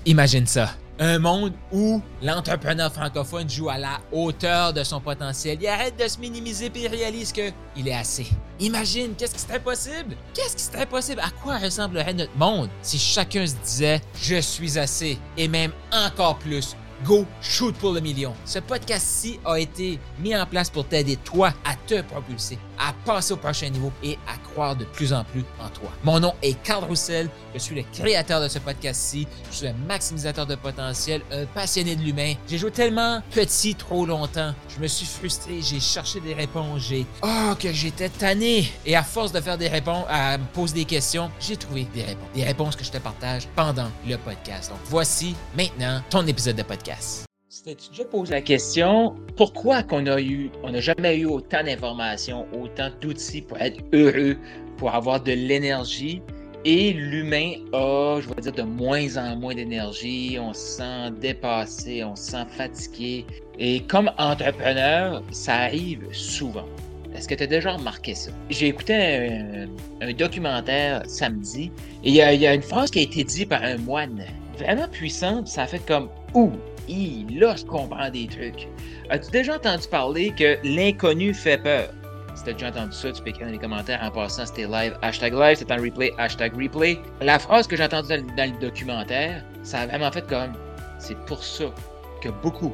Imagine ça. Un monde où l'entrepreneur francophone joue à la hauteur de son potentiel. Il arrête de se minimiser et il réalise qu'il est assez. Imagine, qu'est-ce qui serait possible? Qu'est-ce qui serait possible? À quoi ressemblerait notre monde si chacun se disait « Je suis assez » et même encore plus. Go, shoot pour le million. Ce podcast-ci a été mis en place pour t'aider, toi, à te propulser, à passer au prochain niveau et à croire de plus en plus en toi. Mon nom est Carl Roussel, je suis le créateur de ce podcast-ci, je suis un maximisateur de potentiel, un passionné de l'humain. J'ai joué tellement petit trop longtemps, je me suis frustré, j'ai cherché des réponses, que j'étais tanné. Et à force de faire des réponses, à me poser des questions, j'ai trouvé des réponses que je te partage pendant le podcast. Donc voici maintenant ton épisode de podcast. Tu t'es déjà posé la question, pourquoi on n'a jamais eu autant d'informations, autant d'outils pour être heureux, pour avoir de l'énergie, et l'humain a, je vais dire, de moins en moins d'énergie, on se sent dépassé, on se sent fatigué. Et comme entrepreneur, ça arrive souvent. Est-ce que tu as déjà remarqué ça? J'ai écouté un documentaire samedi, et il y a une phrase qui a été dite par un moine, vraiment puissante, ça a fait comme « Ouh! » Là, je comprends des trucs. As-tu déjà entendu parler que l'inconnu fait peur? Si tu as déjà entendu ça, tu peux écrire dans les commentaires. En passant, c'était live, c'est en replay, #replay. La phrase que j'ai entendue dans le documentaire, ça a vraiment fait comme, c'est pour ça que beaucoup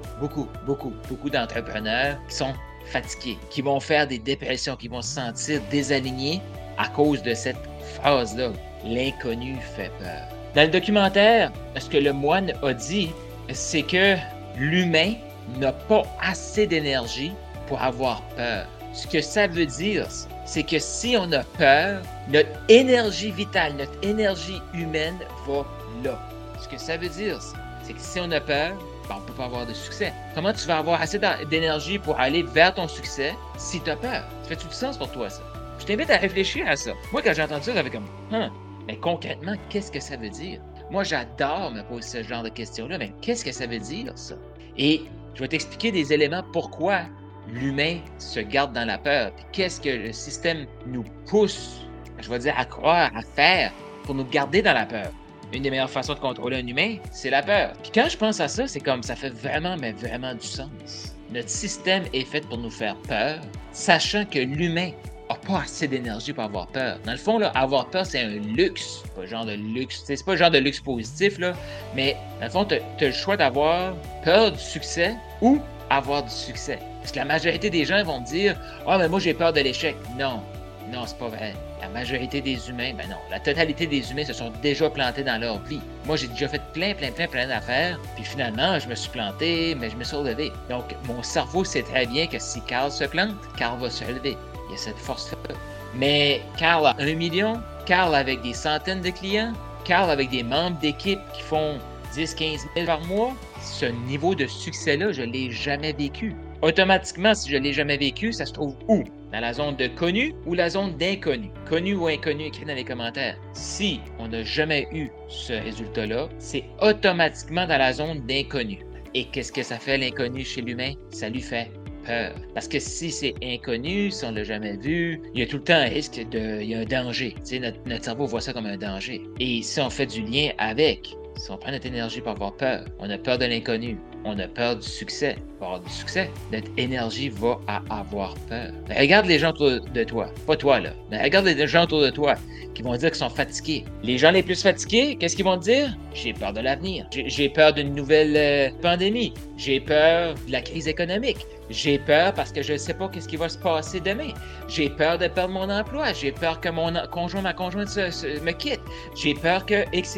d'entrepreneurs sont fatigués, qui vont faire des dépressions, qui vont se sentir désalignés à cause de cette phrase-là. L'inconnu fait peur. Dans le documentaire, ce que le moine a dit, c'est que l'humain n'a pas assez d'énergie pour avoir peur. Ce que ça veut dire, c'est que si on a peur, notre énergie vitale, notre énergie humaine va là. Ce que ça veut dire, c'est que si on a peur, on ne peut pas avoir de succès. Comment tu vas avoir assez d'énergie pour aller vers ton succès si tu as peur? Ça fait tout le sens pour toi, ça? Je t'invite à réfléchir à ça. Moi, quand j'ai entendu ça, j'avais comme, mais concrètement, qu'est-ce que ça veut dire? Moi, j'adore me poser ce genre de questions-là, mais qu'est-ce que ça veut dire, ça? Et je vais t'expliquer des éléments pourquoi l'humain se garde dans la peur, puis qu'est-ce que le système nous pousse, je vais dire, à croire, à faire pour nous garder dans la peur. Une des meilleures façons de contrôler un humain, c'est la peur. Puis quand je pense à ça, c'est comme ça fait vraiment, mais vraiment du sens. Notre système est fait pour nous faire peur, sachant que l'humain n'a pas assez d'énergie pour avoir peur. Dans le fond, là, avoir peur, c'est un luxe. C'est pas le genre de luxe, c'est pas le genre de luxe positif, là, mais dans le fond, tu as le choix d'avoir peur du succès ou avoir du succès. Parce que la majorité des gens vont me dire « Ah, mais moi, j'ai peur de l'échec. » Non, c'est pas vrai. La majorité des humains, la totalité des humains se sont déjà plantés dans leur vie. Moi, j'ai déjà fait plein d'affaires, puis finalement, je me suis planté, mais je me suis relevé. Donc, mon cerveau sait très bien que si Carl se plante, Carl va se relever. Il y a cette force-là. Mais Carl a 1 million, Carl avec des centaines de clients, Carl avec des membres d'équipe qui font 10-15 000 par mois, ce niveau de succès-là, je ne l'ai jamais vécu. Automatiquement, si je ne l'ai jamais vécu, ça se trouve où? Dans la zone de connu ou la zone d'inconnu? Connu ou inconnu, écrit dans les commentaires. Si on n'a jamais eu ce résultat-là, c'est automatiquement dans la zone d'inconnu. Et qu'est-ce que ça fait l'inconnu chez l'humain? Ça lui fait peur. Parce que si c'est inconnu, si on ne l'a jamais vu, il y a tout le temps un risque il y a un danger. Tu sais, notre cerveau voit ça comme un danger. Et si on fait du lien avec, si on prend notre énergie pour avoir peur, on a peur de l'inconnu, on a peur du succès. Pour avoir du succès, notre énergie va à avoir peur. Mais regarde les gens autour de toi. Pas toi, là. Mais regarde les gens autour de toi qui vont dire qu'ils sont fatigués. Les gens les plus fatigués, qu'est-ce qu'ils vont dire? J'ai peur de l'avenir. J'ai peur d'une nouvelle pandémie. J'ai peur de la crise économique. J'ai peur parce que je ne sais pas qu'est-ce qui va se passer demain. J'ai peur de perdre mon emploi. J'ai peur que ma conjointe me quitte. J'ai peur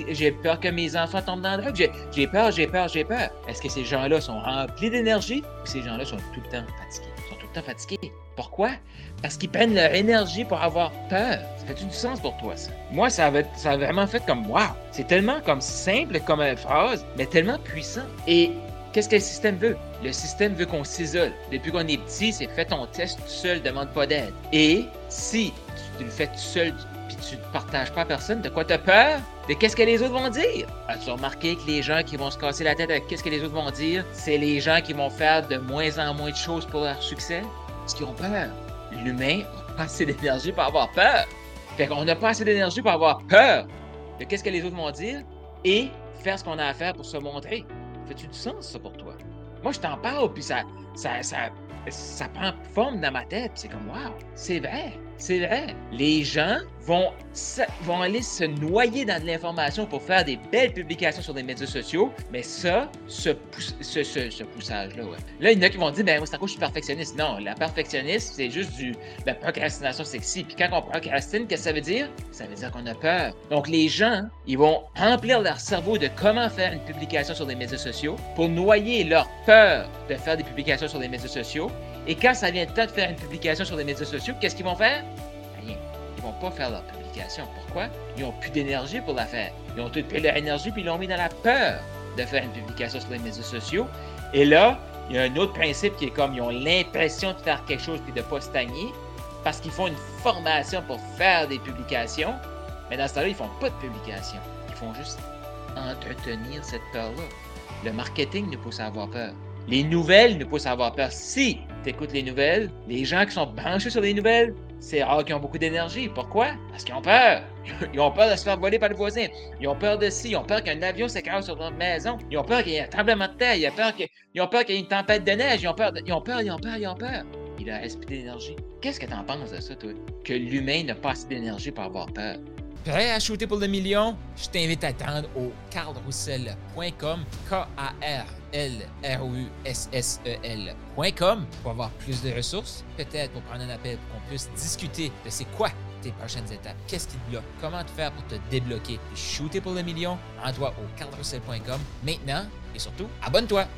que mes enfants tombent dans la drogue. J'ai peur. Est-ce que ces gens-là sont remplis d'énergie ou ces gens-là sont tout le temps fatigués? Pourquoi? Parce qu'ils prennent leur énergie pour avoir peur. Ça fait du sens pour toi, ça? Moi, ça a vraiment fait comme « Wow! » C'est tellement comme simple comme une phrase, mais tellement puissant. Et qu'est-ce que le système veut? Le système veut qu'on s'isole. Depuis qu'on est petit, c'est fais ton test tout seul, demande pas d'aide. Et si tu le fais tout seul puis tu ne partages pas à personne, de quoi tu as peur? De qu'est-ce que les autres vont dire? As-tu remarqué que les gens qui vont se casser la tête avec qu'est-ce que les autres vont dire, c'est les gens qui vont faire de moins en moins de choses pour leur succès? Parce qu'ils ont peur. L'humain n'a pas assez d'énergie pour avoir peur. Fait qu'on n'a pas assez d'énergie pour avoir peur de qu'est-ce que les autres vont dire et faire ce qu'on a à faire pour se montrer. Fais-tu du sens, ça, pour toi? Moi, je t'en parle, puis ça prend forme dans ma tête. C'est comme, wow, c'est vrai, c'est vrai. Les gens vont aller se noyer dans de l'information pour faire des belles publications sur les médias sociaux, mais ça, ce poussage-là, ouais. Là, il y en a qui vont dire, ben moi, c'est à cause que je suis perfectionniste. Non, la perfectionniste, c'est juste la procrastination sexy. Puis quand on procrastine, qu'est-ce que ça veut dire? Ça veut dire qu'on a peur. Donc, les gens, ils vont remplir leur cerveau de comment faire une publication sur les médias sociaux pour noyer leur peur de faire des publications sur les médias sociaux. Et quand ça vient le temps de faire une publication sur les médias sociaux, qu'est-ce qu'ils vont faire? Rien. Ils vont pas faire leur publication. Pourquoi? Ils n'ont plus d'énergie pour la faire. Ils ont tout pris leur énergie puis ils l'ont mis dans la peur de faire une publication sur les médias sociaux. Et là, il y a un autre principe qui est comme ils ont l'impression de faire quelque chose puis de ne pas stagner parce qu'ils font une formation pour faire des publications. Mais dans ce temps-là, ils ne font pas de publication. Ils font juste entretenir cette peur-là. Le marketing nous pousse à avoir peur. Les nouvelles nous poussent à avoir peur. Si tu écoutes les nouvelles, les gens qui sont branchés sur les nouvelles, c'est rare qu'ils ont beaucoup d'énergie. Pourquoi? Parce qu'ils ont peur. Ils ont peur de se faire voler par le voisin. Ils ont peur de ci. Ils ont peur qu'un avion s'écrase sur leur maison. Ils ont peur qu'il y ait un tremblement de terre. Ils ont peur qu'il y ait une tempête de neige. Ils ont peur. Il leur reste plus d'énergie. Qu'est-ce que tu en penses de ça, toi? Que l'humain n'a pas assez d'énergie pour avoir peur. Prêt à shooter pour le million? Je t'invite à t'attendre au carlroussel.com, KARLRUSSEL.com pour avoir plus de ressources, peut-être pour prendre un appel pour qu'on puisse discuter de c'est quoi tes prochaines étapes, qu'est-ce qui te bloque, comment te faire pour te débloquer et shooter pour le million. Rends-toi au carlroussel.com maintenant et surtout, abonne-toi!